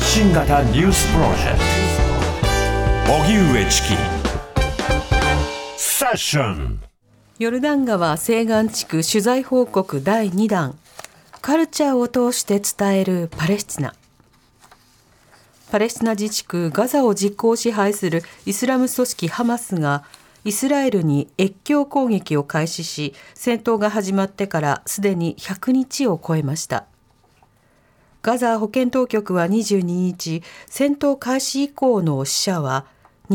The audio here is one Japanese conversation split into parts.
発信型ニュースプロジェクト荻上チキセッション。 ヨルダン川西岸地区取材報告第2弾、カルチャーを通して伝えるパレスチナ。パレスチナ自治区ガザを実効支配するイスラム組織ハマスがイスラエルに越境攻撃を開始し、戦闘が始まってからすでに100日を超えました。ガザ保健当局は22日、戦闘開始以降の死者は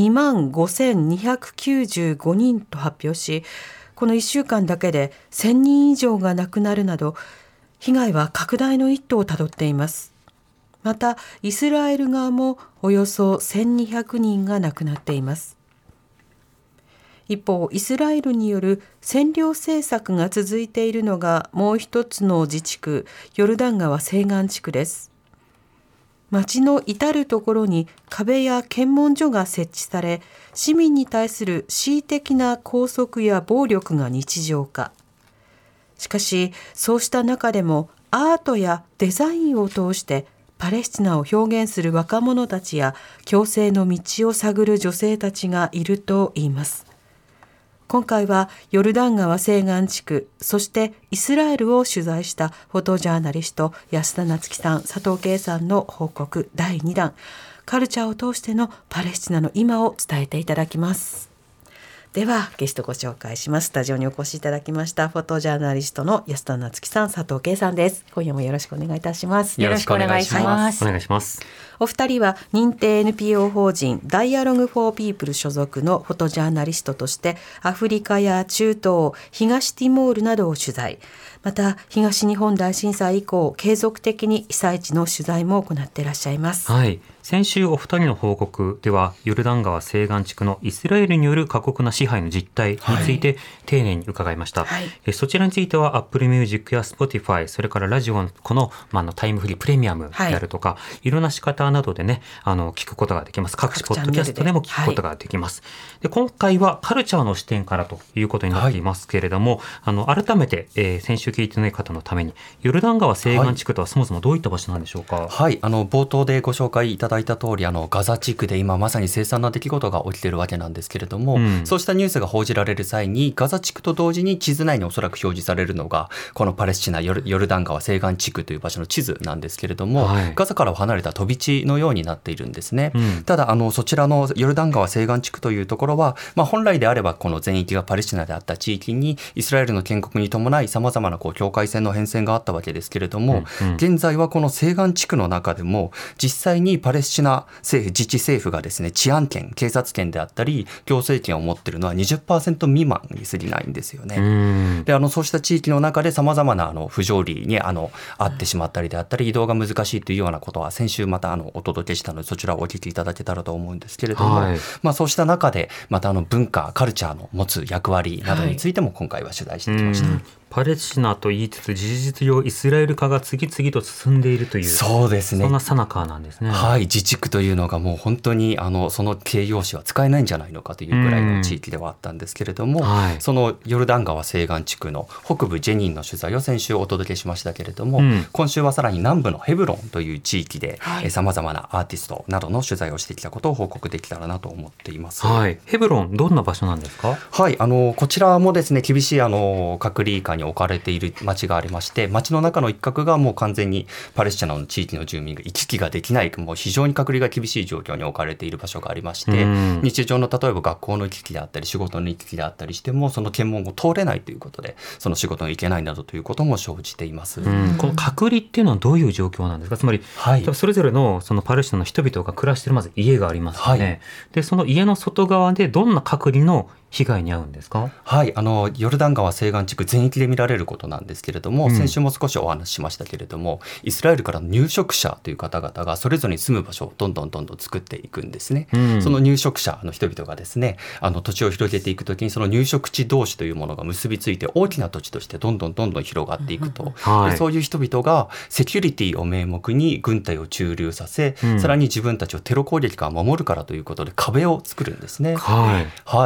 25,295人と発表し、この1週間だけで1000人以上が亡くなるなど、被害は拡大の一途をたどっています。また、イスラエル側もおよそ1200人が亡くなっています。一方、イスラエルによる占領政策が続いているのがもう一つの自治区、ヨルダン川西岸地区です。町の至るところに壁や検問所が設置され、市民に対する恣意的な拘束や暴力が日常化。しかし、そうした中でもアートやデザインを通してパレスチナを表現する若者たちや共生の道を探る女性たちがいるといいます。今回はヨルダン川西岸地区、そしてイスラエルを取材したフォトジャーナリスト安田夏樹さん、佐藤圭さんの報告第2弾、カルチャーを通してのパレスチナの今を伝えていただきます。ではゲストご紹介します。スタジオにお越しいただきましたフォトジャーナリストの安田夏樹さん、佐藤圭さんです。今夜もよろしくお願いいたします。 よろしくお願いします。 お願いします。 お二人は認定 NPO 法人ダイアログフォーピープル所属のフォトジャーナリストとしてアフリカや中東、東ティモールなどを取材、また東日本大震災以降継続的に被災地の取材も行っていらっしゃいます。 はい、先週お二人の報告ではヨルダン川西岸地区のイスラエルによる過酷な支配の実態について丁寧に伺いました、はい、そちらについては Apple Music や Spotify、 それからラジオのこの、タイムフリープレミアムであるとか、いろんな仕方などでね聞くことができます。各種ポッドキャストでも聞くことができます、で今回はカルチャーの視点からということになっていますけれども、改めて、先週聞いてない方のためにヨルダン川西岸地区とはそもそもどういった場所なんでしょうか。 はい、冒頭でご紹介いただいた通りガザ地区で今まさに凄惨な出来事が起きているわけなんですけれども、そうしたニュースが報じられる際にガザ地区と同時に地図内におそらく表示されるのがこのパレスチナヨルダン川西岸地区という場所の地図なんですけれども、ガザから離れた飛び地のようになっているんですね、ただそちらのヨルダン川西岸地区というところは、本来であればこの全域がパレスチナであった地域にイスラエルの建国に伴いさまざまな境界線の変遷があったわけですけれども、現在はこの西岸地区の中でも実際にパレスチナ自治政府がですね、治安権、警察権であったり行政権を持っているのは 20% 未満に過ぎないんですよね。でそうした地域の中でさまざまな不条理に遭ってしまったりであったり移動が難しいというようなことは先週またお届けしたので、そちらをお聞きいただけたらと思うんですけれども、そうした中でまた文化カルチャーの持つ役割などについても今回は取材してきました。 パレスチナと言いつつ事実上イスラエル化が次々と進んでいるという、 そうですね、 そんな最中なんですね。 はい、自治区というのがもう本当にその形容詞は使えないんじゃないのかというぐらいの地域ではあったんですけれども、そのヨルダン川西岸地区の北部ジェニンの取材を先週お届けしましたけれども、今週はさらに南部のヘブロンという地域でさまざまなアーティストなどの取材をしてきたことを報告できたらなと思っています。 ヘブロンどんな場所なんですか。 はい、こちらもですね、厳しい隔離下に置かれている町がありまして、町の中の一角がもう完全にパレスチナの地域の住民が行き来ができない、もう非常に隔離が厳しい状況に置かれている場所がありまして、日常の例えば学校の行き来であったり仕事の行き来であったりしてもその検問を通れないということでその仕事に行けないなどということも生じています。 この隔離っていうのはどういう状況なんですか。つまり、それぞれのそのパレスチナの人々が暮らしているまず家がありますよね、でその家の外側でどんな隔離の被害に遭うんですか。 はい、ヨルダン川西岸地区全域で見られることなんですけれども、先週も少しお話ししましたけれども、イスラエルから入植者という方々がそれぞれに住む場所をどんどん作っていくんですね、その入植者の人々がですね、土地を広げていくときにその入植地同士というものが結びついて大きな土地としてどんどん広がっていくと、でそういう人々がセキュリティを名目に軍隊を駐留させ、さらに自分たちをテロ攻撃から守るからということで壁を作るんですね。でその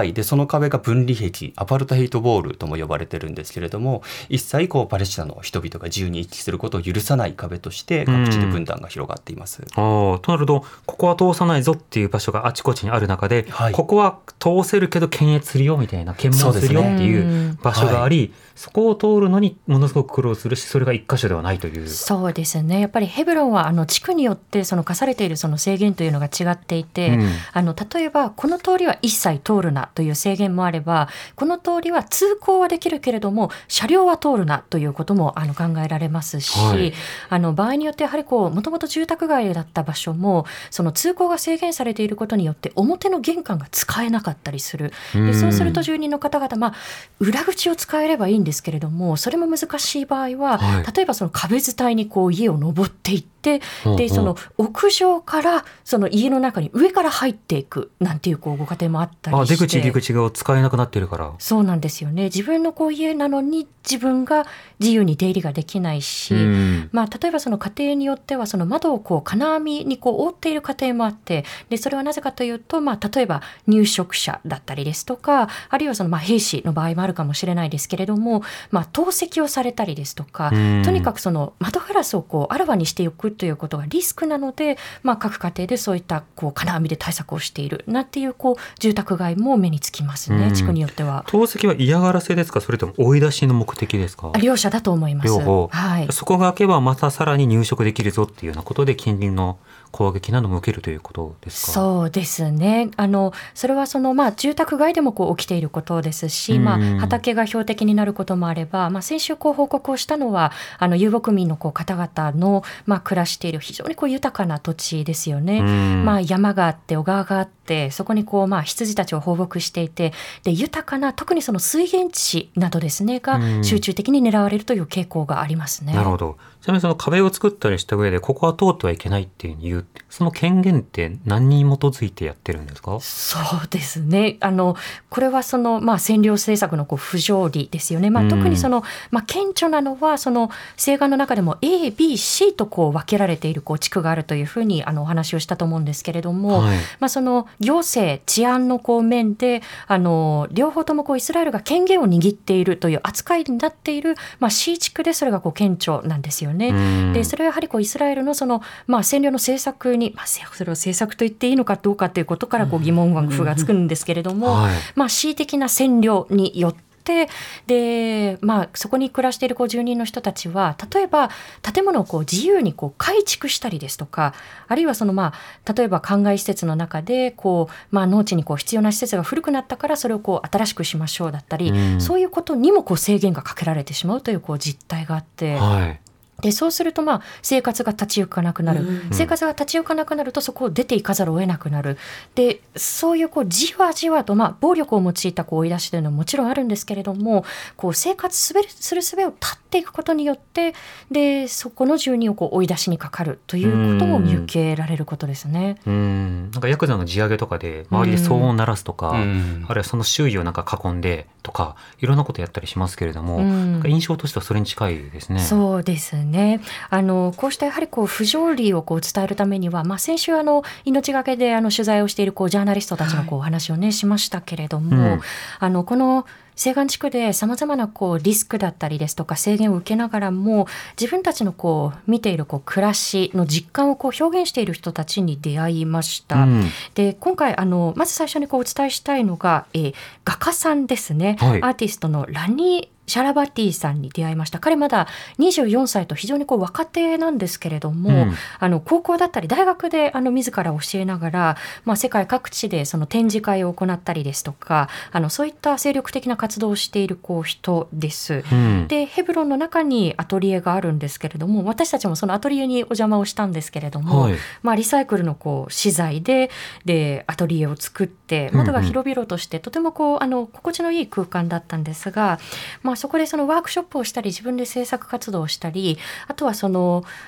壁が分離壁、アパルトヘイトウォールとも呼ばれてるんですけれども、一切パレスチナの人々が自由に行き来することを許さない壁として各地で分断が広がっています。 となると、ここは通さないぞっていう場所があちこちにある中で、ここは通せるけど検閲するよみたいな、検問するよっていう場所があり、そこを通るのにものすごく苦労するし、それが一箇所ではないという。 そうですね。やっぱりヘブロンは地区によって課されているその制限というのが違っていて、例えばこの通りは一切通るなという制限もあれば、この通りは通行はできるけれども車両は通るなということも考えられますし、場合によってやはりもともと住宅街だった場所もその通行が制限されていることによって表の玄関が使えなかったりする。でそうすると住人の方々、裏口を使えればいいんですけれども、それも難しい場合は、例えばその壁伝いに家を登っていって、でその屋上からその家の中に上から入っていくなんていうご家庭もあったりして、 出口入り口が使えなくなっているから。 そうなんですよね。自分の家なのに自分が自由に出入りができないし、例えばその家庭によってはその窓を金網に覆っている家庭もあって、でそれはなぜかというと、例えば入植者だったりですとか、あるいはその兵士の場合もあるかもしれないですけれども、投石をされたりですとか、とにかくその窓ガラスをあらわにしておくということがリスクなので、各家庭でそういった金網で対策をしているなんていう住宅街も目につきますね、地区によっては。 投石は嫌がらせですか、それとも追い出しの目的ですか？ 両者だと思います。 両方、そこが開けばまたさらに入植できるぞっていうようなことで近隣の攻撃なども受けるということですか？ そうですね。それは住宅街でも起きていることですし、畑が標的になることもあれば、先週報告をしたのは遊牧民の方々の暮らしている非常に豊かな土地ですよね。山があって小川があって、そこに羊たちを放牧していて、で豊かな特にその水源地などですねが集中的に狙われるという傾向がありますね。 なるほど。ちなみにその壁を作ったりした上でここは通ってはいけないっていうその権限って何に基づいてやってるんですか？ そうですね。これはその、占領政策の不条理ですよね。特にその、顕著なのはその西岸の中でも A、B、C と分けられている地区があるというふうにお話をしたと思うんですけれども、その行政治安の面で両方ともイスラエルが権限を握っているという扱いになっている、C 地区でそれが顕著なんですよね。でそれはやはりイスラエルのその、占領の政策に、それを政策と言っていいのかどうかということから疑問符がつくんですけれども、恣意的な占領によってで、そこに暮らしている住人の人たちは、例えば建物を自由に改築したりですとか、あるいはその例えば灌漑施設の中で農地に必要な施設が古くなったからそれを新しくしましょうだったり、そういうことにも制限がかけられてしまうという実態があって、でそうすると生活が立ち行かなくなる、生活が立ち行かなくなるとそこを出ていかざるを得なくなる。でそういうじわじわと暴力を用いた追い出しというのはもちろんあるんですけれども、生活する術を断っていくことによってでそこの住人を追い出しにかかるということも見受けられることですね。 なんかヤクザの地上げとかで周りで騒音を鳴らすとか、あるいはその周囲を囲んでとかいろんなことやったりしますけれども、なんか印象としてはそれに近いですね。 そうですね。こうしたやはり不条理を伝えるためには、先週命がけで取材をしているジャーナリストたちのお話をしましたけれども、この西岸地区でさまざまなリスクだったりですとか制限を受けながらも自分たちの見ている暮らしの実感を表現している人たちに出会いました。で今回まず最初にお伝えしたいのが、画家さんですね。アーティストのラニー・シャラバティさんに出会いました。彼まだ24歳と非常に若手なんですけれども、高校だったり大学で自ら教えながら、世界各地でその展示会を行ったりですとかそういった精力的な活動をしている人です。でヘブロンの中にアトリエがあるんですけれども、私たちもそのアトリエにお邪魔をしたんですけれども、リサイクルの資材でアトリエを作って窓が広々としてとても心地のいい空間だったんですが、そこでそのワークショップをしたり自分で制作活動をしたり、あとはその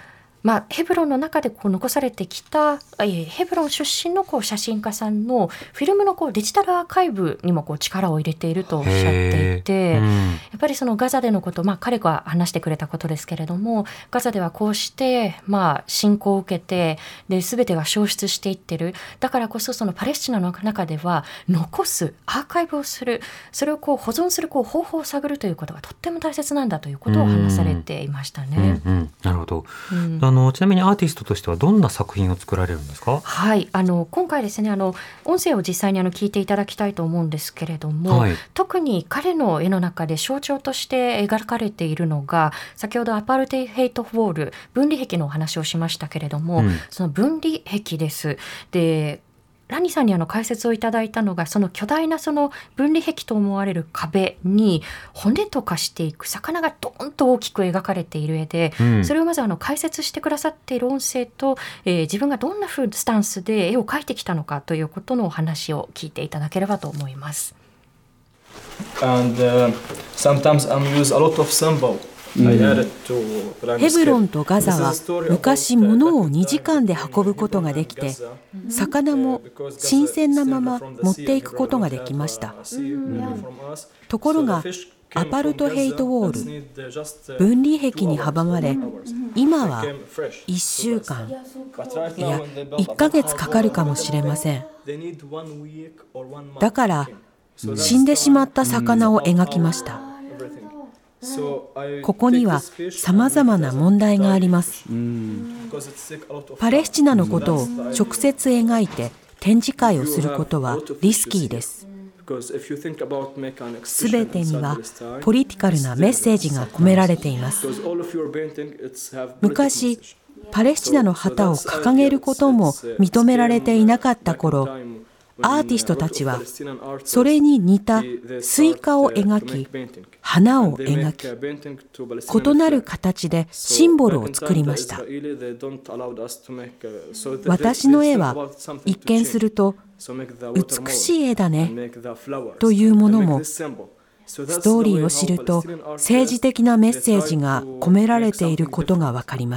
ヘブロンの中で残されてきた、ヘブロン出身の写真家さんのフィルムのデジタルアーカイブにも力を入れているとおっしゃっていて、やっぱりそのガザでのこと、彼が話してくれたことですけれども、ガザではこうして、侵攻を受けて全てが消失していってる。だからこそそのパレスチナの中では残す、アーカイブをする、それを保存する方法を探るということがとっても大切なんだということを話されていましたね。 なるほど。ちなみにアーティストとしてはどんな作品を作られるんですか？ はい、今回ですね、音声を実際に聞いていただきたいと思うんですけれども、特に彼の絵の中で象徴として描かれているのが、先ほどアパルテヘイトウォール、分離壁のお話をしましたけれども、その分離壁です。で、ラニさんに解説をいただいたのが、その巨大なその分離壁と思われる壁に骨と化していく魚がドーンと大きく描かれている絵で、それをまず解説してくださっている音声と、自分がどんな風スタンスで絵を描いてきたのかということのお話を聞いていただければと思います。 And sometimes I use a lot of symbol. ヘブロンとガザは昔物を2時間で運ぶことができて、魚も新鮮なまま持っていくことができました。ところがアパルトヘイトウォール、分離壁に阻まれ、今は1週間いや1ヶ月かかるかもしれません。だから死んでしまった魚を描きました。ここにはさまざまな問題があります。パレスチナのことを直接描いて展示会をすることはリスキーです。すべてにはポリティカルなメッセージが込められています。昔、パレスチナの旗を掲げることも認められていなかった頃、アーティストたちはそれに似たスイカを描き、花を描き、異なる形でシンボルを作りました。私の絵は一見すると美しい絵だねというものも、ストーリーを知ると政治的なメッセージが込められていることがわかります。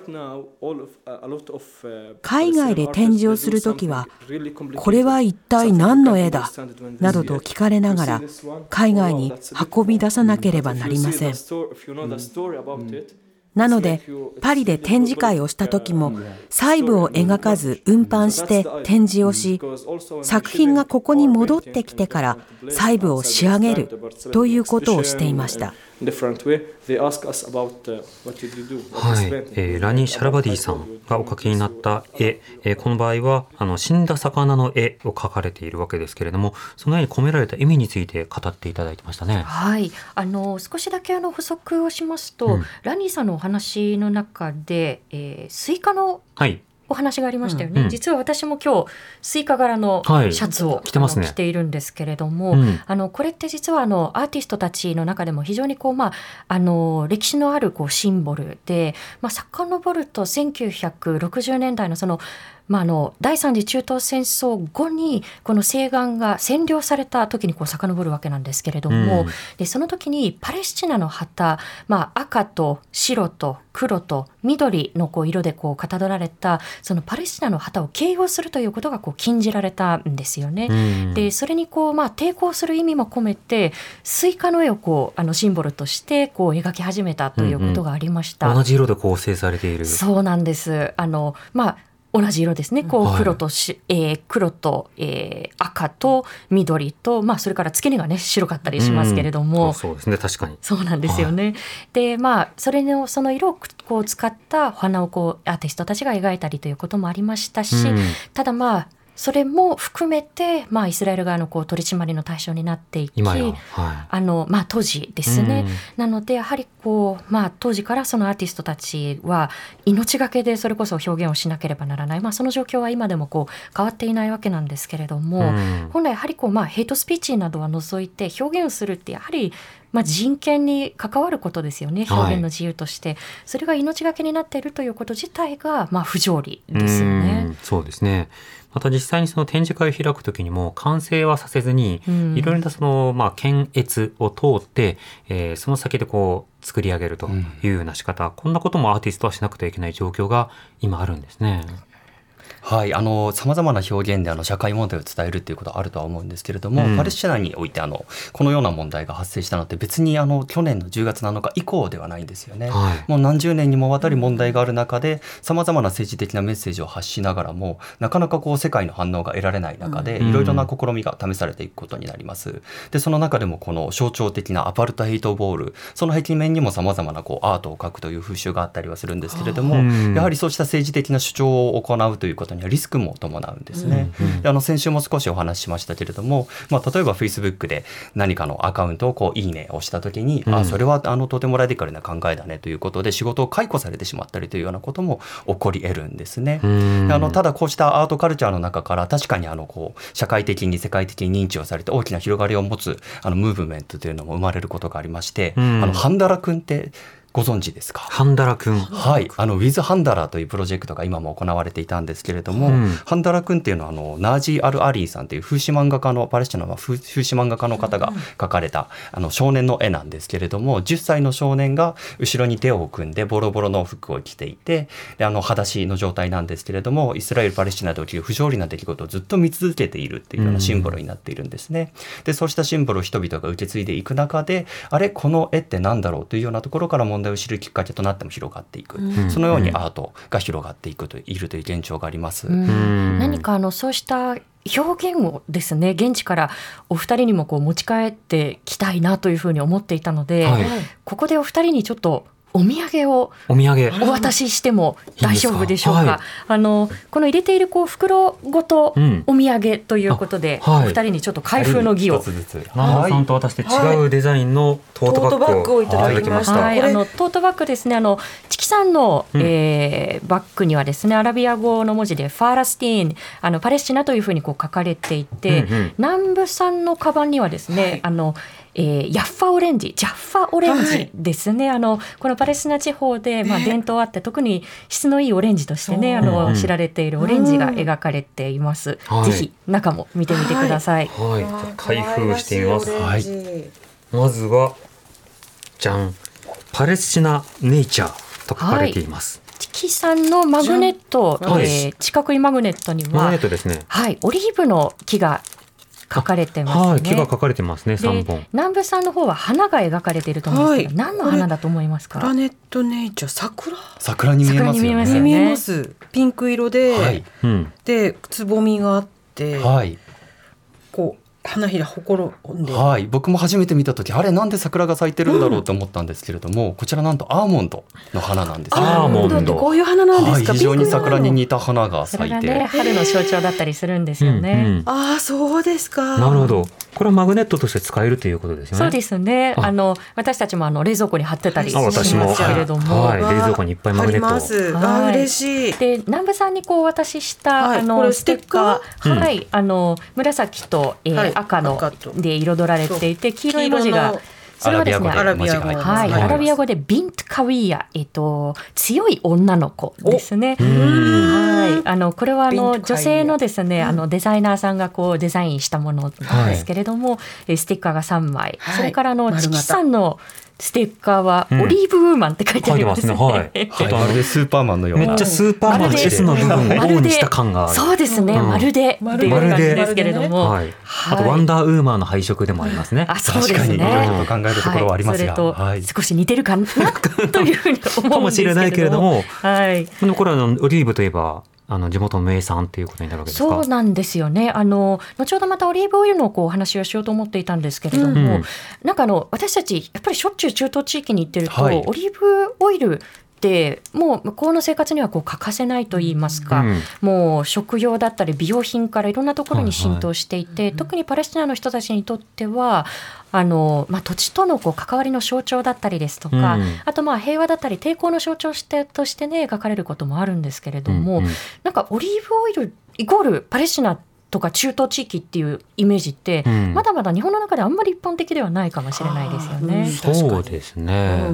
海外で展示をするときは、これは一体何の絵だなどと聞かれながら海外に運び出さなければなりません。なのでパリで展示会をした時も細部を描かず運搬して展示をし、作品がここに戻ってきてから細部を仕上げるということをしていました。 ラニ・シャラバディさんがお描きになった絵、この場合は死んだ魚の絵を描かれているわけですけれども、その絵に込められた意味について語っていただいてましたね。 はい、少しだけ補足をしますと、ラニーさんのお話の中で、スイカのお話がありましたよね。実は私も今日スイカ柄のシャツを、着ているんですけれども、これって実はアーティストたちの中でも非常に歴史のあるシンボルで、遡ると1960年代の第三次中東戦争後にこの西岸が占領された時に遡るわけなんですけれども、でその時にパレスチナの旗、赤と白と黒と緑の色でかたどられたそのパレスチナの旗を掲揚するということが禁じられたんですよね。でそれに抵抗する意味も込めてスイカの絵をシンボルとして描き始めたということがありました。 同じ色で構成されている。 そうなんです。同じ色ですね。黒と赤と緑と、それから付け根がね白かったりしますけれども、 そうですね、確かにそうなんですよね。でその色を使ったお花をアーティストたちが描いたりということもありましたし、ただそれも含めて、イスラエル側の取り締まりの対象になっていき、当時ですね、なのでやはり当時からそのアーティストたちは命がけでそれこそ表現をしなければならない、その状況は今でも変わっていないわけなんですけれども、本来やはりヘイトスピーチなどは除いて表現をするってやはり人権に関わることですよね。表現の自由として、それが命がけになっているということ自体が不条理ですよね。 そうですね。また実際にその展示会を開くときにも完成はさせずに、いろいろなその検閲を通って、その先でこう作り上げるというような仕方、こんなこともアーティストはしなくてはいけない状況が今あるんですね。 はい、様々な表現で社会問題を伝えるっていうことはあるとは思うんですけれども、パレスチナにおいてこのような問題が発生したのって別に去年の10月7日以降ではないんですよね、もう何十年にもわたり問題がある中で様々な政治的なメッセージを発しながらもなかなかこう世界の反応が得られない中でいろいろな試みが試されていくことになります。でその中でもこの象徴的なアパルトヘイトボール、その壁面にも様々なこうアートを描くという風習があったりはするんですけれども、やはりそうした政治的な主張を行うということにはリスクも伴うんですね、で先週も少しお話ししましたけれども、例えば Facebook で何かのアカウントをこういいねをしたときに、それはとてもラディカルな考えだねということで仕事を解雇されてしまったりというようなことも起こり得るんですね。ただこうしたアートカルチャーの中から確かにこう社会的に世界的に認知をされて大きな広がりを持つムーブメントというのも生まれることがありまして、ハンダラ君ってご存知ですか？ ハンダラ君。 はい、With ハンダラというプロジェクトが今も行われていたんですけれども、ハンダラ君っていうのはナージー・アル・アリーさんという風刺漫画家のパレスチナの風刺漫画家の方が描かれた少年の絵なんですけれども、10歳の少年が後ろに手を組んでボロボロの服を着ていて、で裸足の状態なんですけれども、イスラエル・パレスチナで起きる不条理な出来事をずっと見続けているっていうようなシンボルになっているんですね。でそうしたシンボルを人々が受け継いでいく中で、あれこの絵って何だろうというようなところから問題を知るきっかけとなっても広がっていく、そのようにアートが広がっているという現状があります。 何かそうした表現をですね、現地からお二人にもこう持ち帰ってきたいなというふうに思っていたので、ここでお二人にちょっとお土産をお渡ししても大丈夫でしょうか？この入れているこう袋ごとお土産ということで、お二人にちょっと開封の儀を、 ナンさんと私で違うデザインのトートバッグをいただきました。 トートバッグですね。チキさんの、バッグにはですね、アラビア語の文字でファーラスティーン、パレスチナというふうにこう書かれていて、南部さんのカバンにはですね、ヤッファオレンジ、ジャッファオレンジですね、このパレスチナ地方で、伝統あって特に質のいいオレンジとしてね、知られているオレンジが描かれています、ぜひ中も見てみてください。 開封してみます。まずはじゃん、パレスチナネイチャーと書かれています。 チキさんのマグネット、四角いマグネットにはですね、 オリーブの木が書かれてますね。 木が書かれてますね。3本。 南部さんの方は花が描かれていると思うんですけど、何の花だと思いますか？ プラネットネイチャー、 桜に見えますよね。 見えます。ピンク色で、でつぼみがあって、こう花ひらほころんで、 僕も初めて見た時、あれなんで桜が咲いてるんだろうと思ったんですけれども、こちらなんとアーモンドの花なんです。 アーモンドってこういう花なんですか？ 非常に桜に似た花が咲いて、 それがね、春の象徴だったりするんですよね。 そうですか。 なるほど。これはマグネットとして使えるということですよね。 そうですね。私たちも冷蔵庫に貼ってたりしますけれども、 冷蔵庫にいっぱいマグネットを。 嬉しい。 で南部さんにこうお渡しした、ステッカー、紫と、赤ので彩られていて、黄色い文字が、それはですね、アラビア語でビントカウィア、強い女の子ですね。これは女性のですね、デザイナーさんがこうデザインしたものなんですけれども、ステッカーが3枚、それからチキさんのステッカーはオリーブウーマンって書いてありますね。 ちょっとまるでスーパーマンのような、 めっちゃスーパーマンの S の部分を O にした感がある。 そうですね、まるでっていう感じですけれども、 あとワンダーウーマンの配色でもありますね。 そうですね。 確かにいろいろと考えるところはありますが、 それと少し似てるかなというふうに思うんですけども、 かもしれないけれども、これはオリーブといえば地元の名産ということになるわけですか？ そうなんですよね。後ほどまたオリーブオイルのお話をしようと思っていたんですけれども、なんか私たちやっぱりしょっちゅう中東地域に行ってると、オリーブオイルってもう向こうの生活にはこう欠かせないといいますか、もう食用だったり美容品からいろんなところに浸透していて、特にパレスチナの人たちにとっては土地とのこう関わりの象徴だったりですとか、あと平和だったり抵抗の象徴としてね描かれることもあるんですけれども、なんかオリーブオイルイコールパレスチナとか中東地域っていうイメージって、まだまだ日本の中であんまり一般的ではないかもしれないですよね。 そうですね。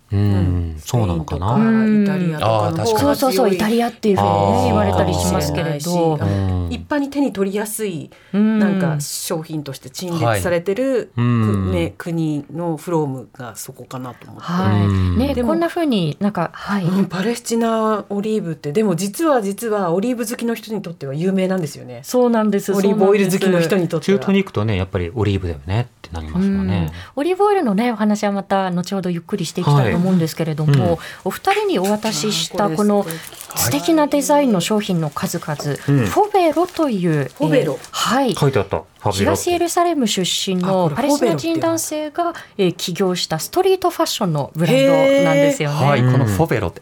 そうなのかな。 イタリアとかの方が強い。 イタリアっていうふうにね言われたりしますけれど、 一般に手に取りやすいなんか商品として陳列されてる、国のフロームがそこかなと思って、 でこんなふうになんか、 パレスチナオリーブってでも実はオリーブ好きの人にとっては有名なんですよね。 そうなんです。 オリーブオイル好きの人にとっては中東に行くとねやっぱりオリーブだよねってなりますよね。 オリーブオイルのねお話はまた後ほどゆっくりしていきたいと思うんですけれども、お二人にお渡ししたこの素敵なデザインの商品の数々、フォベロというフォベロ、 書いてあった。 東エルサレム出身のパレスチナ人男性が起業したストリートファッションのブランドなんですよね。 このフォベロって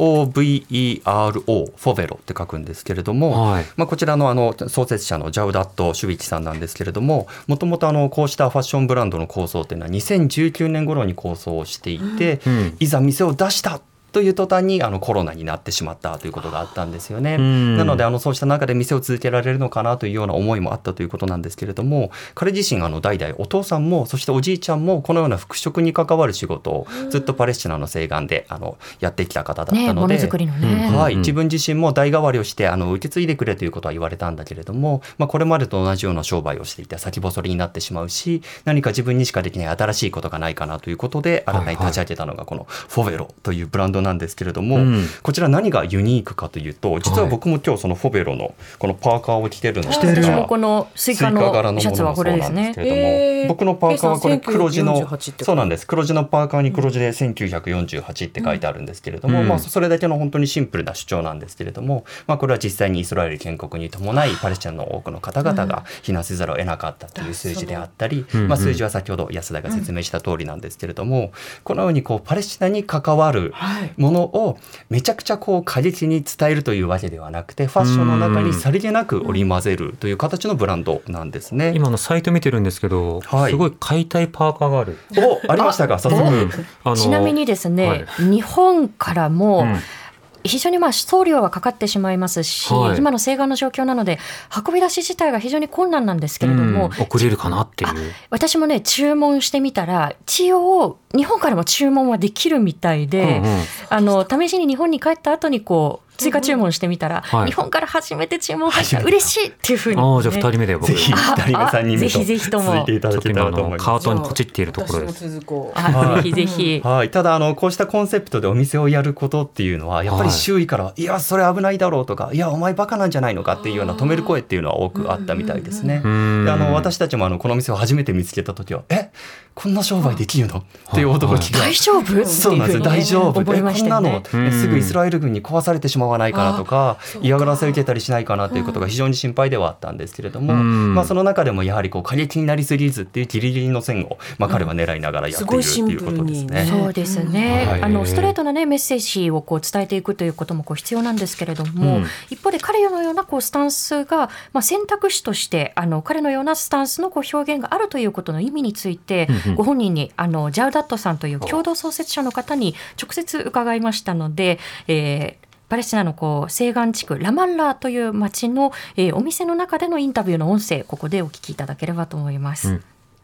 FOVERO フォベロって書くんですけれども、こちらの創設者のジャウダット・シュビチさんなんですけれども、もともとこうしたファッションブランドの構想っていうのは2019年頃に構想をしていて、いざ店を出したという途端にコロナになってしまったということがあったんですよね。なのでそうした中で店を続けられるのかなというような思いもあったということなんですけれども、彼自身代々お父さんもそしておじいちゃんもこのような服飾に関わる仕事をずっとパレスチナの西岸でやってきた方だったので、 ものづくりのね、 自分自身も代替わりをして受け継いでくれということは言われたんだけれども、これまでと同じような商売をしていた先細りになってしまうし、何か自分にしかできない新しいことがないかなということで新たに立ち上げたのがこのフォベロというブランドなんですけれども、こちら何がユニークかというと、実は僕も今日そのフォベロのこのパーカーを着てるので、 私もこのスイカのシャツはこれですね。 僕のパーカーはこれ黒地の、そうなんです、黒地のパーカーに黒字で1948って書いてあるんですけれども、それだけの本当にシンプルな主張なんですけれども、これは実際にイスラエル建国に伴いパレスチナの多くの方々が避難せざるを得なかったという数字であったり、数字は先ほど安田が説明した通りなんですけれども、このようにパレスチナに関わるものをめちゃくちゃ過激に伝えるというわけではなくて、ファッションの中にさりげなく織り交ぜるという形のブランドなんですね。 今のサイト見てるんですけど、すごい買いたいパーカーがある。 ありましたか、早速。 ちなみにですね、日本からも、非常に送料はかかってしまいますし、今の西岸の状況なので運び出し自体が非常に困難なんですけれども、 送れるかなっていう。 私もね注文してみたら一応日本からも注文はできるみたいで、試しに日本に帰った後に追加注文してみたら、日本から初めて注文入った嬉しいっていうふうに、 じゃあ2人目で僕ぜひ2人目3人目とぜひとも続いていただけたらと思います。 カートにポチっているところです。 ぜひぜひ。 ただこうしたコンセプトでお店をやることっていうのはやっぱり周囲からいやそれ危ないだろうとか、いやお前バカなんじゃないのかっていうような止める声っていうのは多くあったみたいですね。で私たちもこの店を初めて見つけた時はこんな商売できるのっていう驚きが、 大丈夫？ そうなんです、大丈夫、 思いましたね。 こんなのすぐイスラエル軍に壊されてしまわないかなとか、嫌がらせを受けたりしないかなということが非常に心配ではあったんですけれども、その中でもやはり過激になりすぎずっていうギリギリの線を、彼は狙いながらやっているということですね。 そうですね、ストレートな、メッセージを伝えていくということも必要なんですけれども、一方で彼のようなスタンスが、選択肢として彼のようなスタンスの表現があるということの意味について、ご本人にジャウダットさんという共同創設者の方に直接伺いましたので、パレスチナの西岸地区ラマッラーという町の、お店の中でのインタビューの音声、ここでお聞きいただければと思います。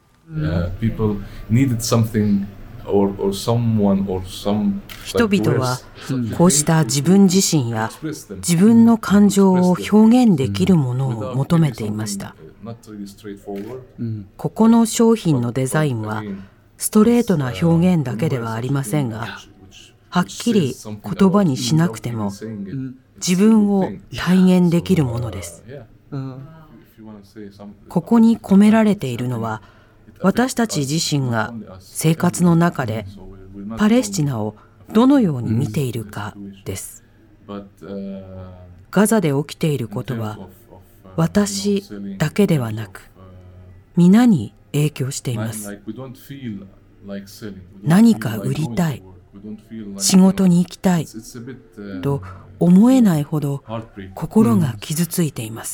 People needed something or someone or some 人々はこうした自分自身や自分の感情を表現できるものを求めていました。ここの商品のデザインはストレートな表現だけではありませんが、はっきり言葉にしなくても自分を体現できるものです。ここに込められているのは、私たち自身が生活の中でパレスチナをどのように見ているかです。ガザで起きていることは私だけではなく皆に影響しています。何か売りたい、仕事に行きたいと思えないほど心が傷ついています。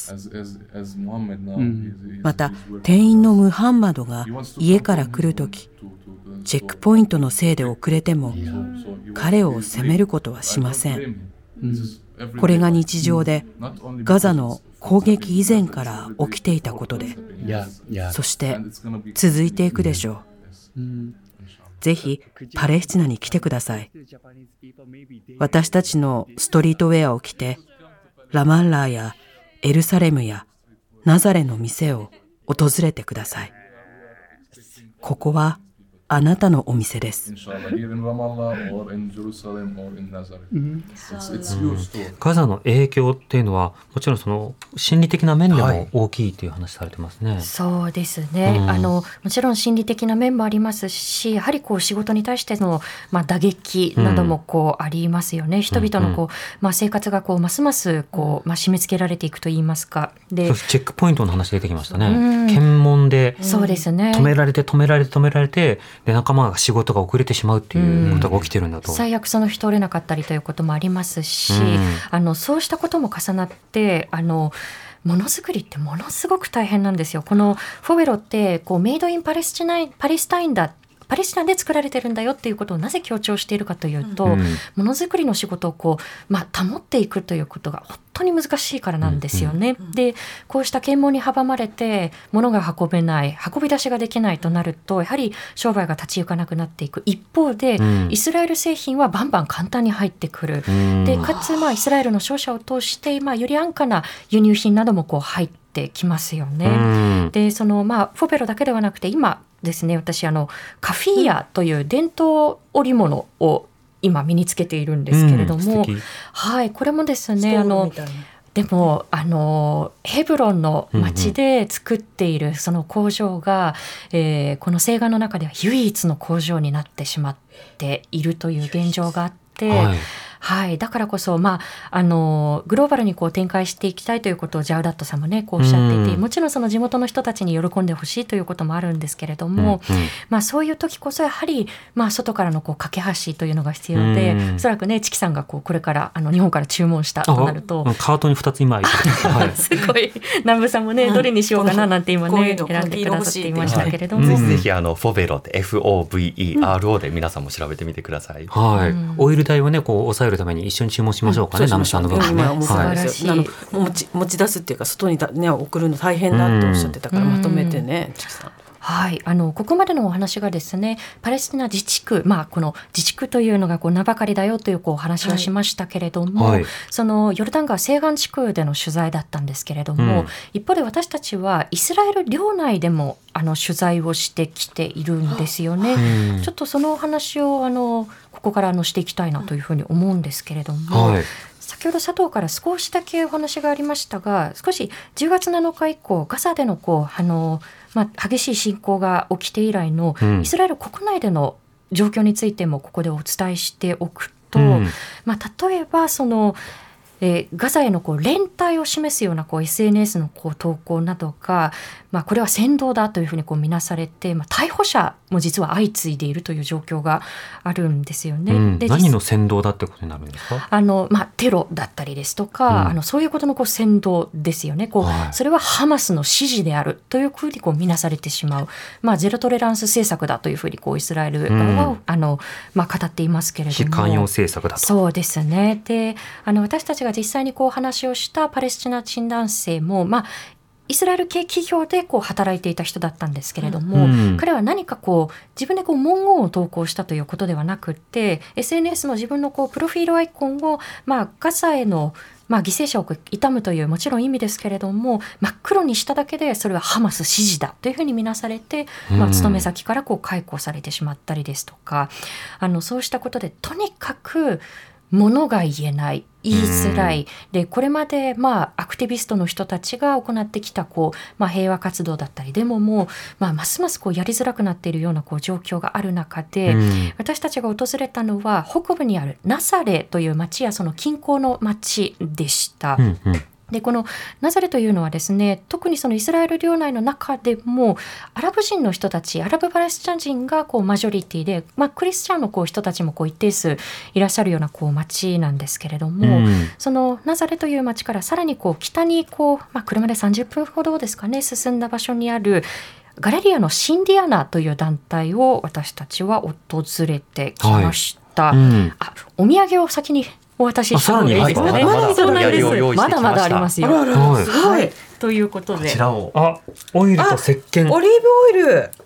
また店員のムハンマドが家から来るとき、チェックポイントのせいで遅れても彼を責めることはしません。これが日常でガザの攻撃以前から起きていたことで、そして続いていくでしょう。 ぜひパレスチナに来てください。私たちのストリートウェアを着て、ラマンラーやエルサレムやナザレの店を訪れてください。ここはあなたのお店です。 ガザの影響っていうのはもちろんその心理的な面でも大きいという話されてますね。 そうですね、もちろん心理的な面もありますし、やはり仕事に対しての、打撃などもありますよね。人々の生活がますます締め付けられていくといいますか。でチェックポイントの話出てきましたね。検問でそうですね、 止められてで仲間が仕事が遅れてしまうっていうことが起きてるんだと。 最悪その人おれなかったりということもありますし、そうしたことも重なってものづくりってものすごく大変なんですよ。このフォベロってメイドインパレスチナで作られてるんだよっていうことをなぜ強調しているかというと、ものづくりの仕事を保っていくということが本当に難しいからなんですよね。でこうした検問に阻まれて物が運べない、運び出しができないとなると、やはり商売が立ち行かなくなっていく一方で、イスラエル製品はバンバン簡単に入ってくる。でかつイスラエルの商社を通してより安価な輸入品なども入ってきますよね。でフォベロだけではなくて今ですね、私カフィーヤという伝統織物を今身につけているんですけれども、これもですねでもヘブロンの町で作っているその工場が、この西岸の中では唯一の工場になってしまっているという現状があって、だからこそ、グローバルに展開していきたいということをジャウダットさんもねおっしゃっていて、もちろんその地元の人たちに喜んでほしいということもあるんですけれども、そういう時こそやはり、外からの架け橋というのが必要で、おそらくねチキさんがこれから日本から注文したとなるとカートに2つ今すごい南部さんもね、どれにしようかななんて今ね選んでくださっていましたけれども、 ぜひぜひフォベロって FOVERO で皆さんも調べてみてください。 オイル代をね抑えるために一緒に注文しましょうかね、ナムさんの分ね。 持ち出すっていうか外に送るの大変だっておっしゃってたからまとめてね、チキさん。 ここまでのお話がですね、パレスチナ自治区、この自治区というのが名ばかりだよというお話をしましたけれども、そのヨルダン川西岸地区での取材だったんですけれども、一方で私たちはイスラエル領内でも取材をしてきているんですよね。ちょっとそのお話をここからしていきたいなというふうに思うんですけれども、先ほど佐藤から少しだけお話がありましたが、少し10月7日以降ガザでの激しい侵攻が起きて以来のイスラエル国内での状況についてもここでお伝えしておくと、例えばガザへの連帯を示すようなSNS の投稿などが、これは扇動だというふうに見なされて、逮捕者も実は相次いでいるという状況があるんですよね。で何の扇動だってことになるんですか？ テロだったりですとか、そういうことの扇動ですよね。それはハマスの指示であるというふうに見なされてしまう、ゼロトレランス政策だというふうにイスラエルは、語っていますけれども、 非関与政策だと。 そうですね。で私たちが実際に話をしたパレスチナ人男性も、イスラエル系企業で働いていた人だったんですけれども、彼は何か自分で文言を投稿したということではなくて、 SNS の自分のプロフィールアイコンを、ガザへの犠牲者を悼むというもちろん意味ですけれども、真っ黒にしただけでそれはハマス指示だというふうに見なされて、勤め先から解雇されてしまったりですとか、そうしたことでとにかく物が言えない、言いづらいで、これまでアクティビストの人たちが行ってきた平和活動だったりデモも、ますますやりづらくなっているような状況がある中で、私たちが訪れたのは北部にあるナサレという町やその近郊の町でした。でこのナザレというのはですね、特にそのイスラエル領内の中でもアラブ人の人たち、アラブパレスチナ人がマジョリティで、クリスチャンの人たちも一定数いらっしゃるような町なんですけれども、そのナザレという町からさらに北に車で30分ほどですかね進んだ場所にあるガレリアのシンディアナという団体を私たちは訪れてきました。お土産を先にお渡しした方がいいですかね。まだまだありますよ。すごい。ということで、 こちらをオイルと石鹸、 オリーブオイル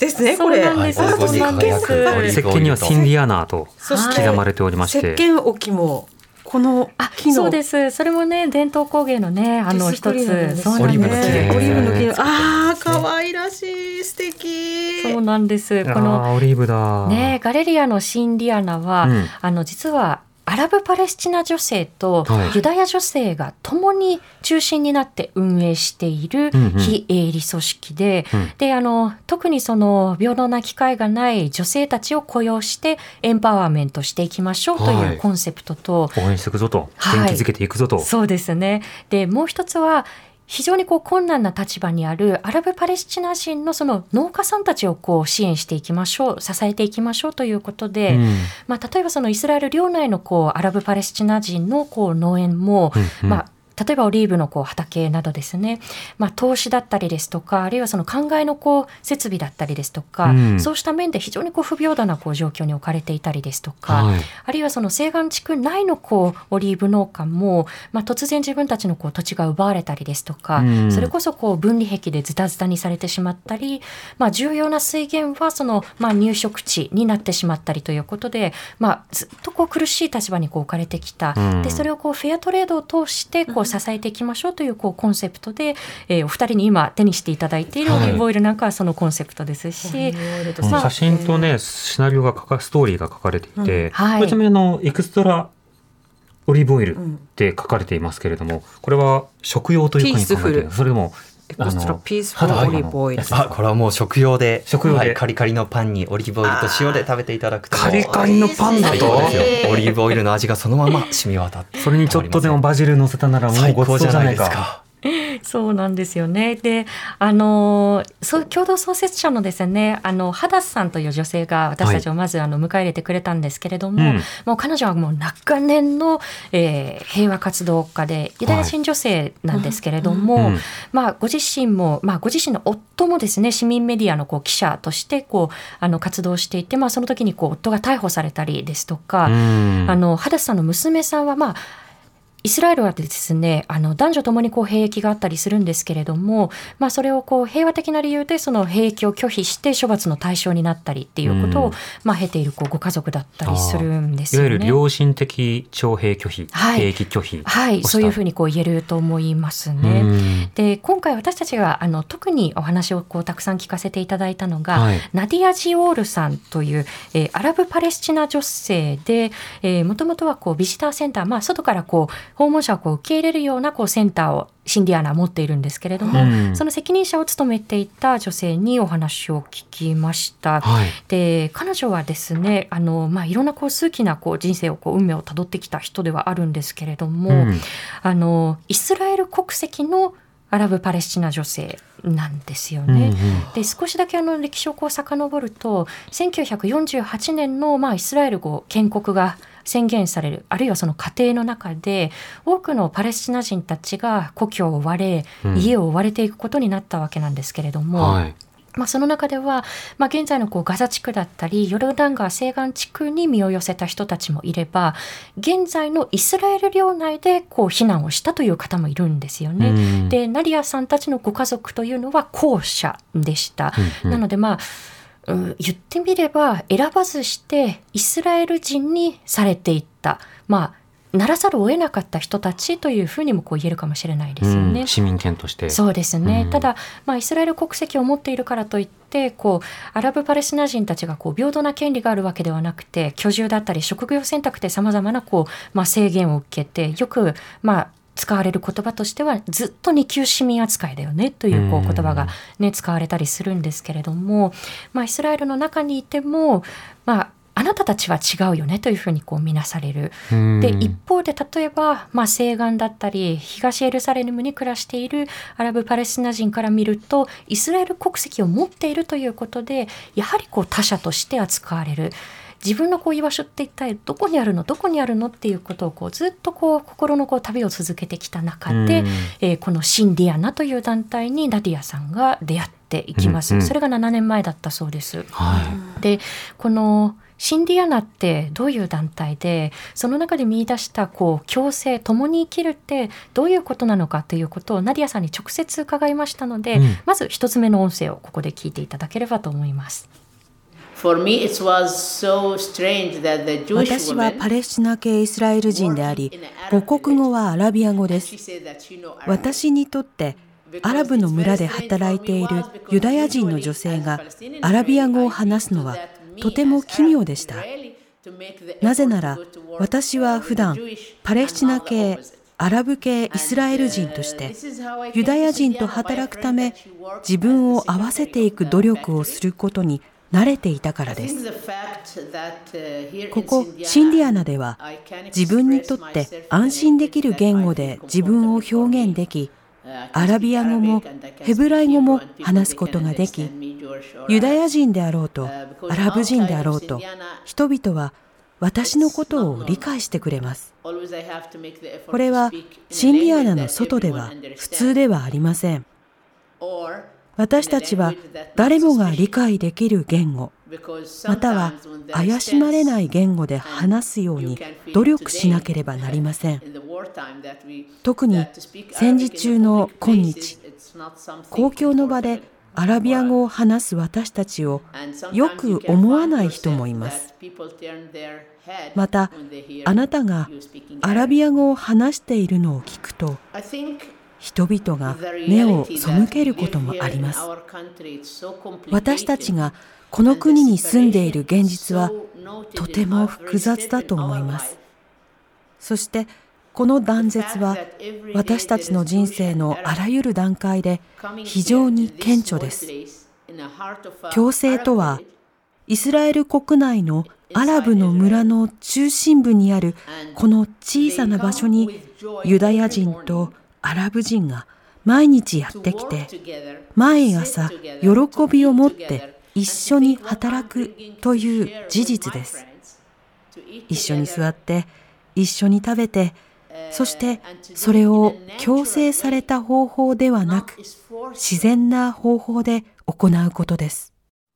ですねこれ。 そうなんです。そうなんです。 石鹸にはシンディアナと刻まれておりまして、 石鹸置きもこの木の、 そうです。それもね伝統工芸のね一つ、 そうなんです。オリーブの木、オリーブの木、可愛らしい、素敵。 そうなんです。このオリーブだねガレリアのシンディアナは、実はアラブパレスチナ女性とユダヤ女性が共に中心になって運営している非営利組織で、特にその平等な機会がない女性たちを雇用してエンパワーメントしていきましょうというコンセプトと、 応援していくぞと、元気づけていくぞと、 そうですね。でもう一つは非常に困難な立場にあるアラブパレスチナ人のその農家さんたちを支援していきましょう、支えていきましょうということで、例えばそのイスラエル領内のアラブパレスチナ人の農園も、例えばオリーブの畑などですね、投資だったりですとか、あるいはその灌漑の設備だったりですとか、そうした面で非常に不平等な状況に置かれていたりですとか、あるいはその西岸地区内のオリーブ農家も、突然自分たちの土地が奪われたりですとか、それこそ分離壁でズタズタにされてしまったり、重要な水源はその、入植地になってしまったりということで、ずっと苦しい立場に置かれてきた。でそれをフェアトレードを通して支えていきましょうというコンセプトで、お二人に今手にしていただいているオリーブオイルなんかはそのコンセプトですし、 写真とねシナリオがストーリーが書かれていて、これちなみにエクストラオリーブオイルって書かれていますけれども、これは食用というかに考えている、それでもピースフルオリーブオイル。 これはもう食用で、カリカリのパンにオリーブオイルと塩で食べていただくと、 カリカリのパンだとオリーブオイルの味がそのまま染み渡って、 それにちょっとでもバジル乗せたならもうごちそうじゃないですか。 そうなんですよね。で、共同創設者のですね、ハダスさんという女性が私たちをまず迎え入れてくれたんですけれども、もう彼女はもう長年の、平和活動家でユダヤ人女性なんですけれども、ご自身も、ご自身の夫もですね、市民メディアの記者として活動していて、その時に夫が逮捕されたりですとか、ハダスさんの娘さんはイスラエルはですね、男女ともに兵役があったりするんですけれども、それを平和的な理由でその兵役を拒否して処罰の対象になったりっていうことを、経ているご家族だったりするんですよね。 いわゆる良心的徴兵拒否、兵役拒否、 そういうふうに言えると思いますね。で、今回私たちが特にお話をたくさん聞かせていただいたのが、ナディア・ジオールさんという、アラブパレスチナ女性で、もともとはビジターセンター、外から訪問者を受け入れるようなセンターをシンディアナは持っているんですけれども、その責任者を務めていた女性にお話を聞きました。で、彼女はですね、いろんな数奇な人生を運命をたどってきた人ではあるんですけれども、イスラエル国籍のアラブパレスチナ女性なんですよね。で、少しだけ歴史を遡ると、1948年のイスラエル建国が宣言される、あるいはその過程の中で多くのパレスチナ人たちが故郷を追われ、家を追われていくことになったわけなんですけれども、その中では、現在のガザ地区だったりヨルダン川西岸地区に身を寄せた人たちもいれば、現在のイスラエル領内で避難をしたという方もいるんですよね。で、ナディアさんたちのご家族というのは後者でした。なので言ってみれば選ばずしてイスラエル人にされていった、ならざるを得なかった人たちというふうにも言えるかもしれないですよね。 市民権として。 そうですね。ただ、イスラエル国籍を持っているからといってアラブパレスチナ人たちが平等な権利があるわけではなくて、居住だったり職業選択でさまざまな制限を受けて、よく使われる言葉としてはずっと二級市民扱いだよねという言葉が、使われたりするんですけれども、イスラエルの中にいても、あなたたちは違うよねというふうに見なされる。で、一方で例えば、西岸だったり東エルサレムに暮らしているアラブパレスチナ人から見ると、イスラエル国籍を持っているということでやはり他者として扱われる。自分の居場所って一体どこにあるのっていうことをずっと心の旅を続けてきた中で、このシンディアナという団体にナディアさんが出会っていきます。それが7年前だったそうです。で、このシンディアナってどういう団体で、その中で見出した共生、共に生きるってどういうことなのかということをナディアさんに直接伺いましたので、まず一つ目の音声をここで聞いていただければと思います。 私はパレスチナ系イスラエル人であり、母国語はアラビア語です。私にとってアラブの村で働いているユダヤ人の女性がアラビア語を話すのはとても奇妙でした。なぜなら私は普段パレスチナ系、アラブ系イスラエル人としてユダヤ人と働くため自分を合わせていく努力をすることに慣れていたからです。ここシンディアナでは自分にとって安心できる言語で自分を表現でき、アラビア語もヘブライ語も話すことができ、ユダヤ人であろうとアラブ人であろうと人々は私のことを理解してくれます。これはシンディアナの外では普通ではありません。私たちは誰もが理解できる言語、または怪しまれない言語で話すように努力しなければなりません。特に戦時中の今日、公共の場でアラビア語を話す私たちをよく思わない人もいます。また、あなたがアラビア語を話しているのを聞くと、人々が目を背けることもあります。私たちがこの国に住んでいる現実はとても複雑だと思います。そしてこの断絶は私たちの人生のあらゆる段階で非常に顕著です。共生とはイスラエル国内のアラブの村の中心部にあるこの小さな場所にユダヤ人とアラブ人が毎日やってきて、毎朝喜びを持って一緒に働くという事実です。一緒に座って一緒に食べて、そしてそれを強制された方法ではなく自然な方法で行うことです。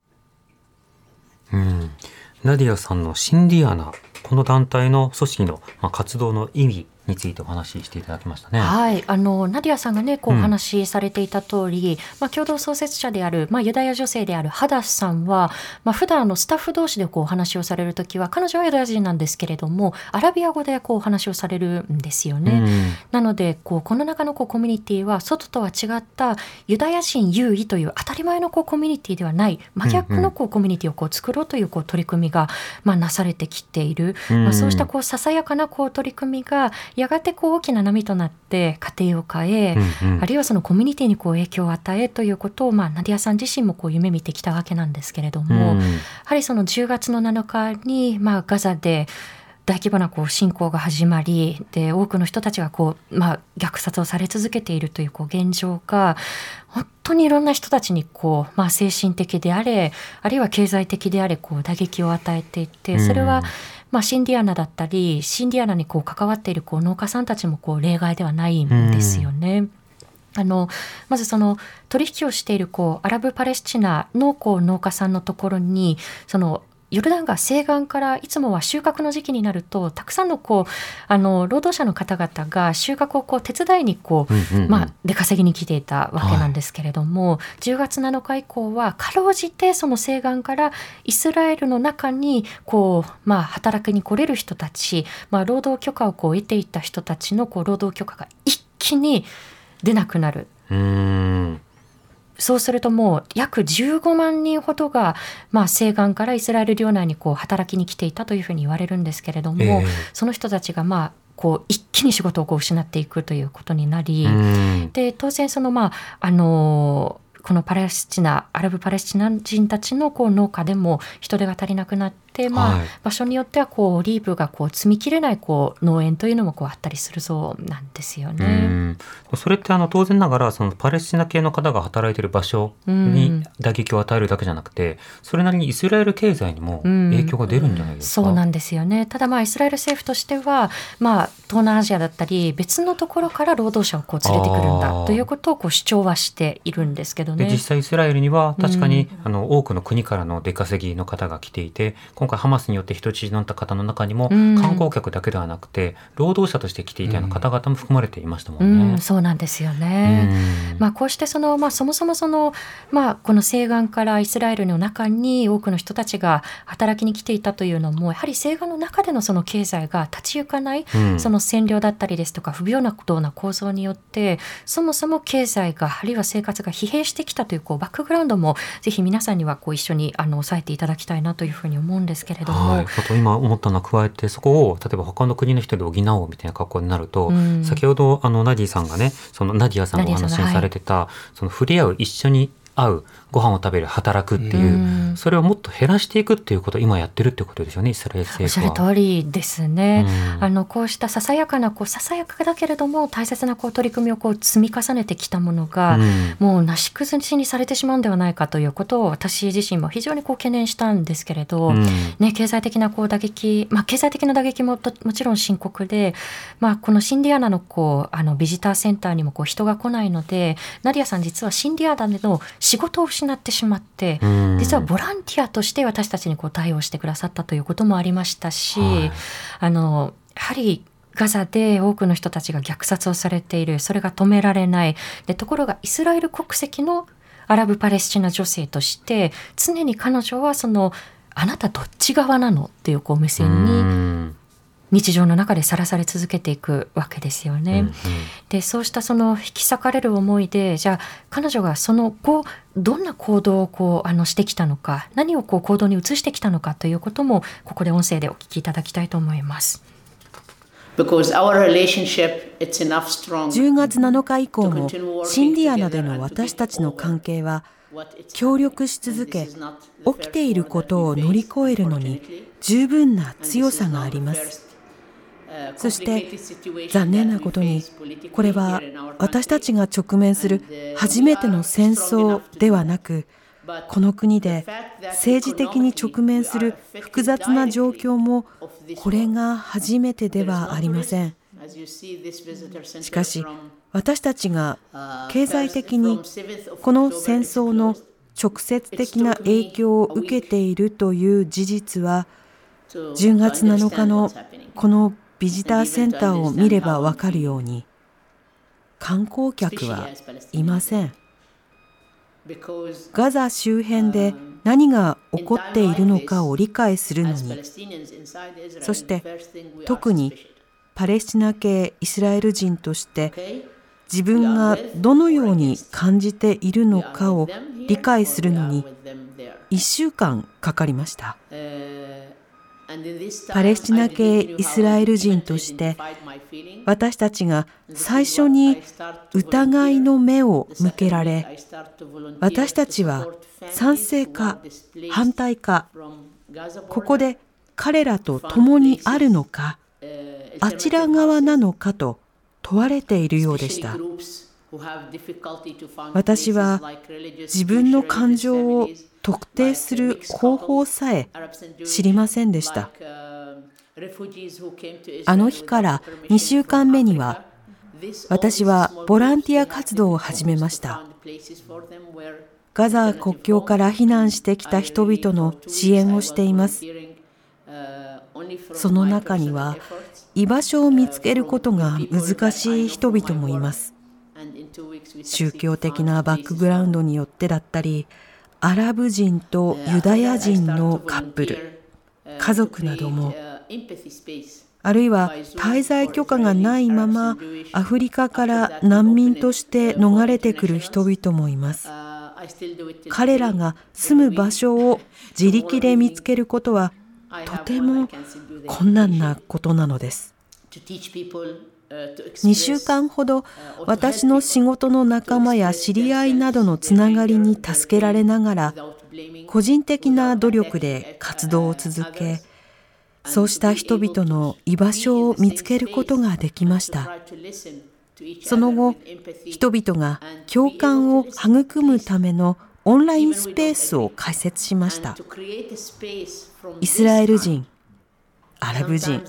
ナディアさんのシンディアナ、この団体の組織の活動の意味についてお話ししていただきましたね。 はい、ナディアさんがねお話しされていた通り、共同創設者である、ユダヤ女性であるハダスさんは、普段スタッフ同士でお話をされるときは、彼女はユダヤ人なんですけれどもアラビア語でお話をされるんですよね。なのでこの中のコミュニティは外とは違ったユダヤ人優位という当たり前のコミュニティではない真逆のコミュニティを作ろうという取り組みがなされてきている。そうしたささやかな取り組みがやがて大きな波となって家庭を変え、あるいはそのコミュニティに影響を与えということを、ナディアさん自身も夢見てきたわけなんですけれども、やはりその10月の7日に、ガザで大規模な侵攻が始まり、で多くの人たちが虐殺をされ続けているという現状が本当にいろんな人たちに精神的であれ、あるいは経済的であれ打撃を与えていて、それはシンディアナだったりシンディアナに関わっている農家さんたちも例外ではないんですよね。まずその取引をしているアラブパレスチナの農家さんのところに、そのヨルダン川西岸からいつもは収穫の時期になるとたくさんの労働者の方々が収穫を手伝いに出稼ぎに来ていたわけなんですけれども、10月7日以降はかろうじてその西岸からイスラエルの中に働きに来れる人たち、労働許可を得ていた人たちの労働許可が一気に出なくなる。そうするともう約15万人ほどが、西岸からイスラエル領内に働きに来ていたというふうに言われるんですけれども、その人たちが一気に仕事を失っていくということになり、で当然そのこのアラブパレスチナ人たちの農家でも人手が足りなくなって、場所によってはオリーブが積み切れない農園というのもあったりするそうなんですよね。 それって当然ながらそのパレスチナ系の方が働いている場所に打撃を与えるだけじゃなくて、それなりにイスラエル経済にも影響が出るんじゃないですか。 そうなんですよね。ただイスラエル政府としては、東南アジアだったり別のところから労働者を連れてくるんだということを主張はしているんですけどね。 で実際イスラエルには確かに多くの国からの出稼ぎの方が来ていて、今今回ハマスによって人質になった方の中にも、観光客だけではなくて労働者として来ていたような方々も含まれていましたもんね。 そうなんですよね。こうしてそもそもこの西岸からイスラエルの中に多くの人たちが働きに来ていたというのも、やはり西岸の中でのその経済が立ち行かない、その占領だったりですとか不平等な構造によってそもそも経済があるいは生活が疲弊してきたというバックグラウンドもぜひ皆さんには一緒に押さえていただきたいなというふうに思うんですけれども、 あと今思ったのは加えて、そこを例えば他の国の人で補おうみたいな格好になると、先ほどナディさんがね、そのナディアさんがお話にされてた、その触れ合う、一緒に会う、ご飯を食べる、働くっていう、それをもっと減らしていくっていうことを今やってるってことですよね、イスラエル政府は。 おっしゃる通りですね。こうしたささやかだけれども大切な取り組みを積み重ねてきたものが、もうなし崩しにされてしまうんではないかということを私自身も非常に懸念したんですけれど、経済的な打撃、経済的な打撃ももちろん深刻で、このシンディアナのビジターセンターにも人が来ないので、ナディアさん実はシンディアナでの仕事を失ってしまって、実はボランティアとして私たちに対応してくださったということもありましたし、やはりガザで多くの人たちが虐殺をされている、それが止められない。でところがイスラエル国籍のアラブパレスチナ女性として常に彼女はあなたどっち側なのっていう目線に日常の中でさらされ続けていくわけですよね。でそうした引き裂かれる思いで、じゃあ彼女がその後どんな行動をしてきたのか、何を行動に移してきたのかということもここで音声でお聞きいただきたいと思います。 10月7日以降もシンディアナでの私たちの関係は協力し続け、起きていることを乗り越えるのに十分な強さがあります。そして残念なことに、これは私たちが直面する初めての戦争ではなく、この国で政治的に直面する複雑な状況もこれが初めてではありません。しかし私たちが経済的にこの戦争の直接的な影響を受けているという事実は、10月7日のこのビジターセンターを見ればわかるように、観光客はいません。ガザ周辺で何が起こっているのかを理解するのに、そして特にパレスチナ系イスラエル人として自分がどのように感じているのかを理解するのに1週間かかりました。パレスチナ系イスラエル人として私たちが最初に疑いの目を向けられ、私たちは賛成か反対か、ここで彼らと共にあるのか、あちら側なのかと問われているようでした。私は自分の感情を特定する方法さえ知りませんでした。あの日から2週間目には、私はボランティア活動を始めました。ガザ国境から避難してきた人々の支援をしています。その中には居場所を見つけることが難しい人々もいます。宗教的なバックグラウンドによってだったり、アラブ人とユダヤ人のカップル、家族なども、あるいは滞在許可がないままアフリカから難民として逃れてくる人々もいます。彼らが住む場所を自力で見つけることはとても困難なことなのです。2週間ほど私の仕事の仲間や知り合いなどのつながりに助けられながら、個人的な努力で活動を続け、そうした人々の居場所を見つけることができました。その後、人々が共感を育むためのオンラインスペースを開設しました。イスラエル人、アラブ人、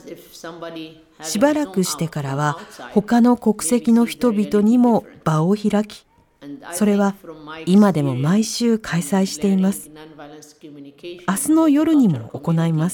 しばらくしてからは他の国籍の人々にも場を開き、 それは今でも毎週開催しています。明日の夜にも行います。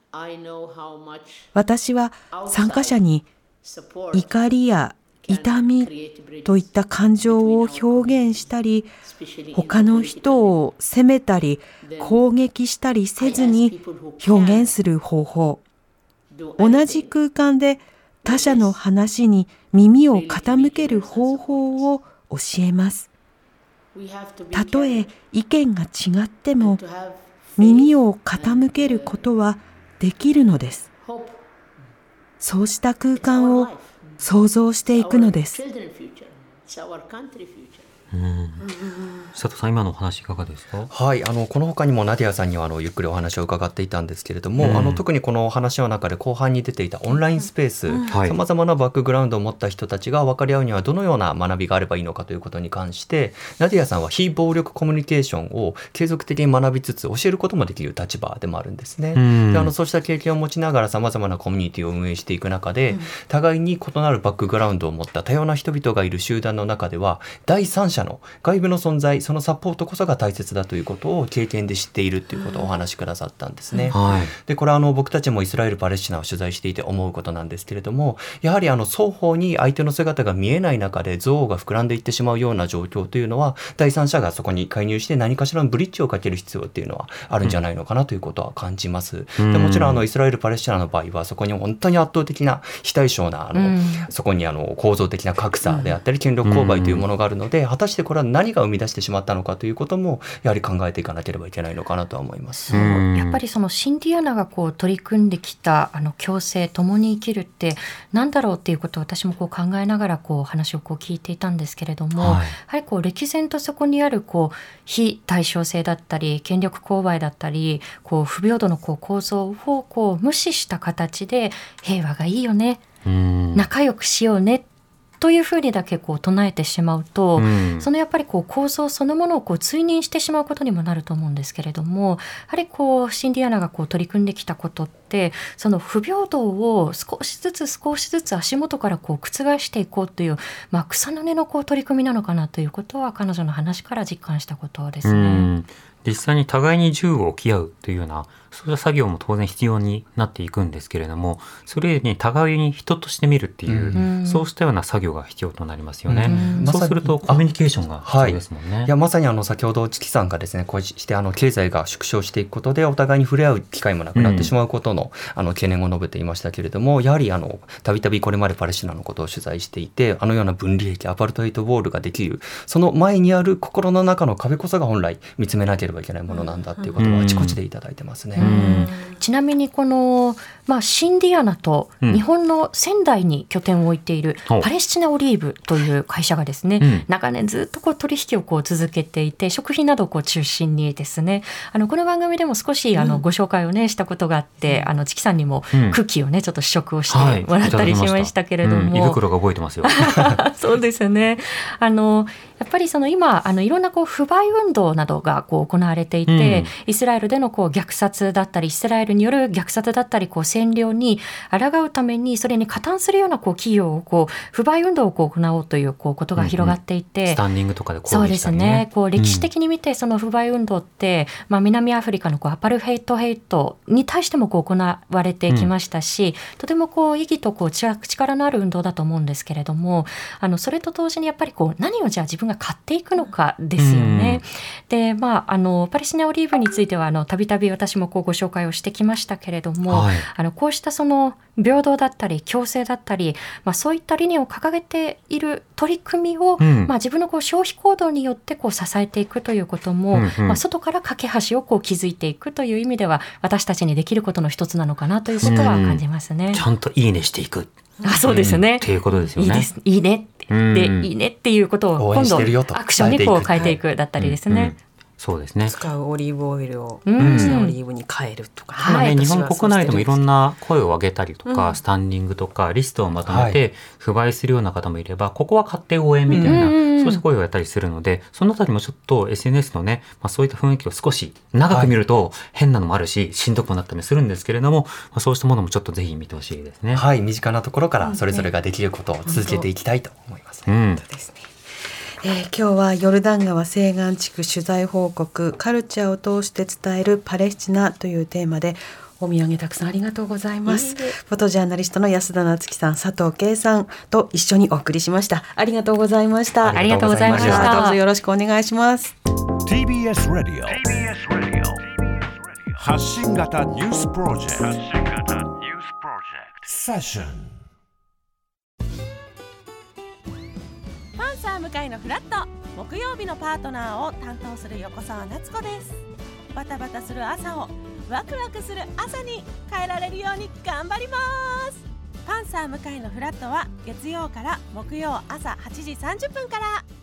私は参加者に怒りや痛みといった感情を表現したり、他の人を責めたり攻撃したりせずに表現する方法、同じ空間で他者の話に耳を傾ける方法を教えます。たとえ意見が違っても耳を傾けることはできるのです。そうした空間を想像していくのです。 佐藤さん、今のお話いかがですか？ はい、この他にもナディアさんにはゆっくりお話を伺っていたんですけれども、特にこの話の中で後半に出ていたオンラインスペース、さまざまなバックグラウンドを持った人たちが分かり合うにはどのような学びがあればいいのかということに関して、ナディアさんは非暴力コミュニケーションを継続的に学びつつ教えることもできる立場でもあるんですね。でそうした経験を持ちながらさまざまなコミュニティを運営していく中で、互いに異なるバックグラウンドを持った多様な人々がいる集団の中では、第三者の外部の存在、そのサポートこそが大切だということを経験で知っているということをお話しくださったんですね。でこれは僕たちもイスラエル・パレスチナを取材していて思うことなんですけれども、やはり双方に相手の姿が見えない中で憎悪が膨らんでいってしまうような状況というのは、第三者がそこに介入して何かしらのブリッジをかける必要っていうのはあるんじゃないのかなということは感じます。でもちろんイスラエル・パレスチナの場合はそこに本当に圧倒的な非対称なそこに構造的な格差であったり権力勾配というものがあるので、果たしてこれは何が生み出してしまったのかということもやはり考えていかなければいけないのかなとは思います。 やっぱりそのシンディアナが取り組んできた共生共に生きるって何だろうっていうことを私も考えながら話を聞いていたんですけれども、やはり歴然とそこにある非対称性だったり権力勾配だったり不平等の構造を無視した形で平和がいいよね、仲良くしようねというふうにだけ唱えてしまうと、そのやっぱり構造そのものを追認してしまうことにもなると思うんですけれども、やはりシンディアナが取り組んできたことって、その不平等を少しずつ足元から覆していこうという、草の根の取り組みなのかなということは彼女の話から実感したことですね。 実際に互いに銃を置き合うというようなそういう作業も当然必要になっていくんですけれども、それに互いに人として見るっていう、そうしたような作業が必要となりますよね。そうするとコミュニケーションが必要ですもんね。 いやまさに先ほどチキさんがですね、こうして経済が縮小していくことでお互いに触れ合う機会もなくなってしまうことの、懸念を述べていましたけれども、やはりたびたびこれまでパレスチナのことを取材していて、ような分離壁アパルトヘイトウォールができるその前にある心の中の壁こそが本来見つめなければいけないものなんだっていうことをあちこちでいただいてますね。 ちなみにシンディアナと日本の仙台に拠点を置いているパレスチナオリーブという会社がですね、長年ずっと取引を続けていて、食品などを中心にですね、この番組でも少しご紹介をしたことがあって、チキさんにもクッキーをちょっと試食をしてもらったりしましたけれども、 胃袋が覚えてますよ。 そうですね。やっぱり今いろんな不買運動などが行われていて、イスラエルでの虐殺だったりイスラエルによる虐殺だったり占領に抗うためにそれに加担するような企業を不買運動を行おうということが広がっていて、 スタンディングとかでそうですね、歴史的に見てその不買運動って、南アフリカのアパルヘイトに対しても行われてきましたし、とても意義と力のある運動だと思うんですけれども、それと同時にやっぱり何をじゃあ自分が買っていくのかですよね。でパレスチナオリーブについてはたびたび私もご紹介をしてきましたけれども、こうした平等だったり共生だったり、そういった理念を掲げている取り組みを、自分の消費行動によって支えていくということも、外から架け橋を築いていくという意味では私たちにできることの一つなのかなということは感じますね。 ちゃんといいねしていく。 そうですね。 っていうことですよね。 いいねいいねっていうことを今度アクションに変えていくだったりですね。 そうですね。 使うオリーブオイルをパレスチナオリーブに変えるとか、 日本国内でもいろんな声を上げたりとか、スタンディングとかリストをまとめて不買するような方もいれば、ここは買って応援みたいな、そうした声をやったりするので、そのあたりもちょっと SNS のね、そういった雰囲気を少し長く見ると変なのもあるし、しんどくもなったりするんですけれども、そうしたものもちょっとぜひ見てほしいですね。 はい、身近なところからそれぞれができることを続けていきたいと思いますね。 そうですね。 今日はヨルダン川西岸地区取材報告、カルチャーを通して伝えるパレスチナというテーマでお土産たくさんありがとうございます。フォトジャーナリストの安田夏樹さん、佐藤圭さんと一緒にお送りしました。ありがとうございました。 ありがとうございました。 どうぞよろしくお願いします。 TBS ラディオ発信型ニュースプロジェクトセッション。 パンサー向井のフラット、木曜日のパートナーを担当する横澤夏子です。バタバタする朝をワクワクする朝に変えられるように頑張ります。パンサー向井のフラットは月曜から木曜朝8時30分から。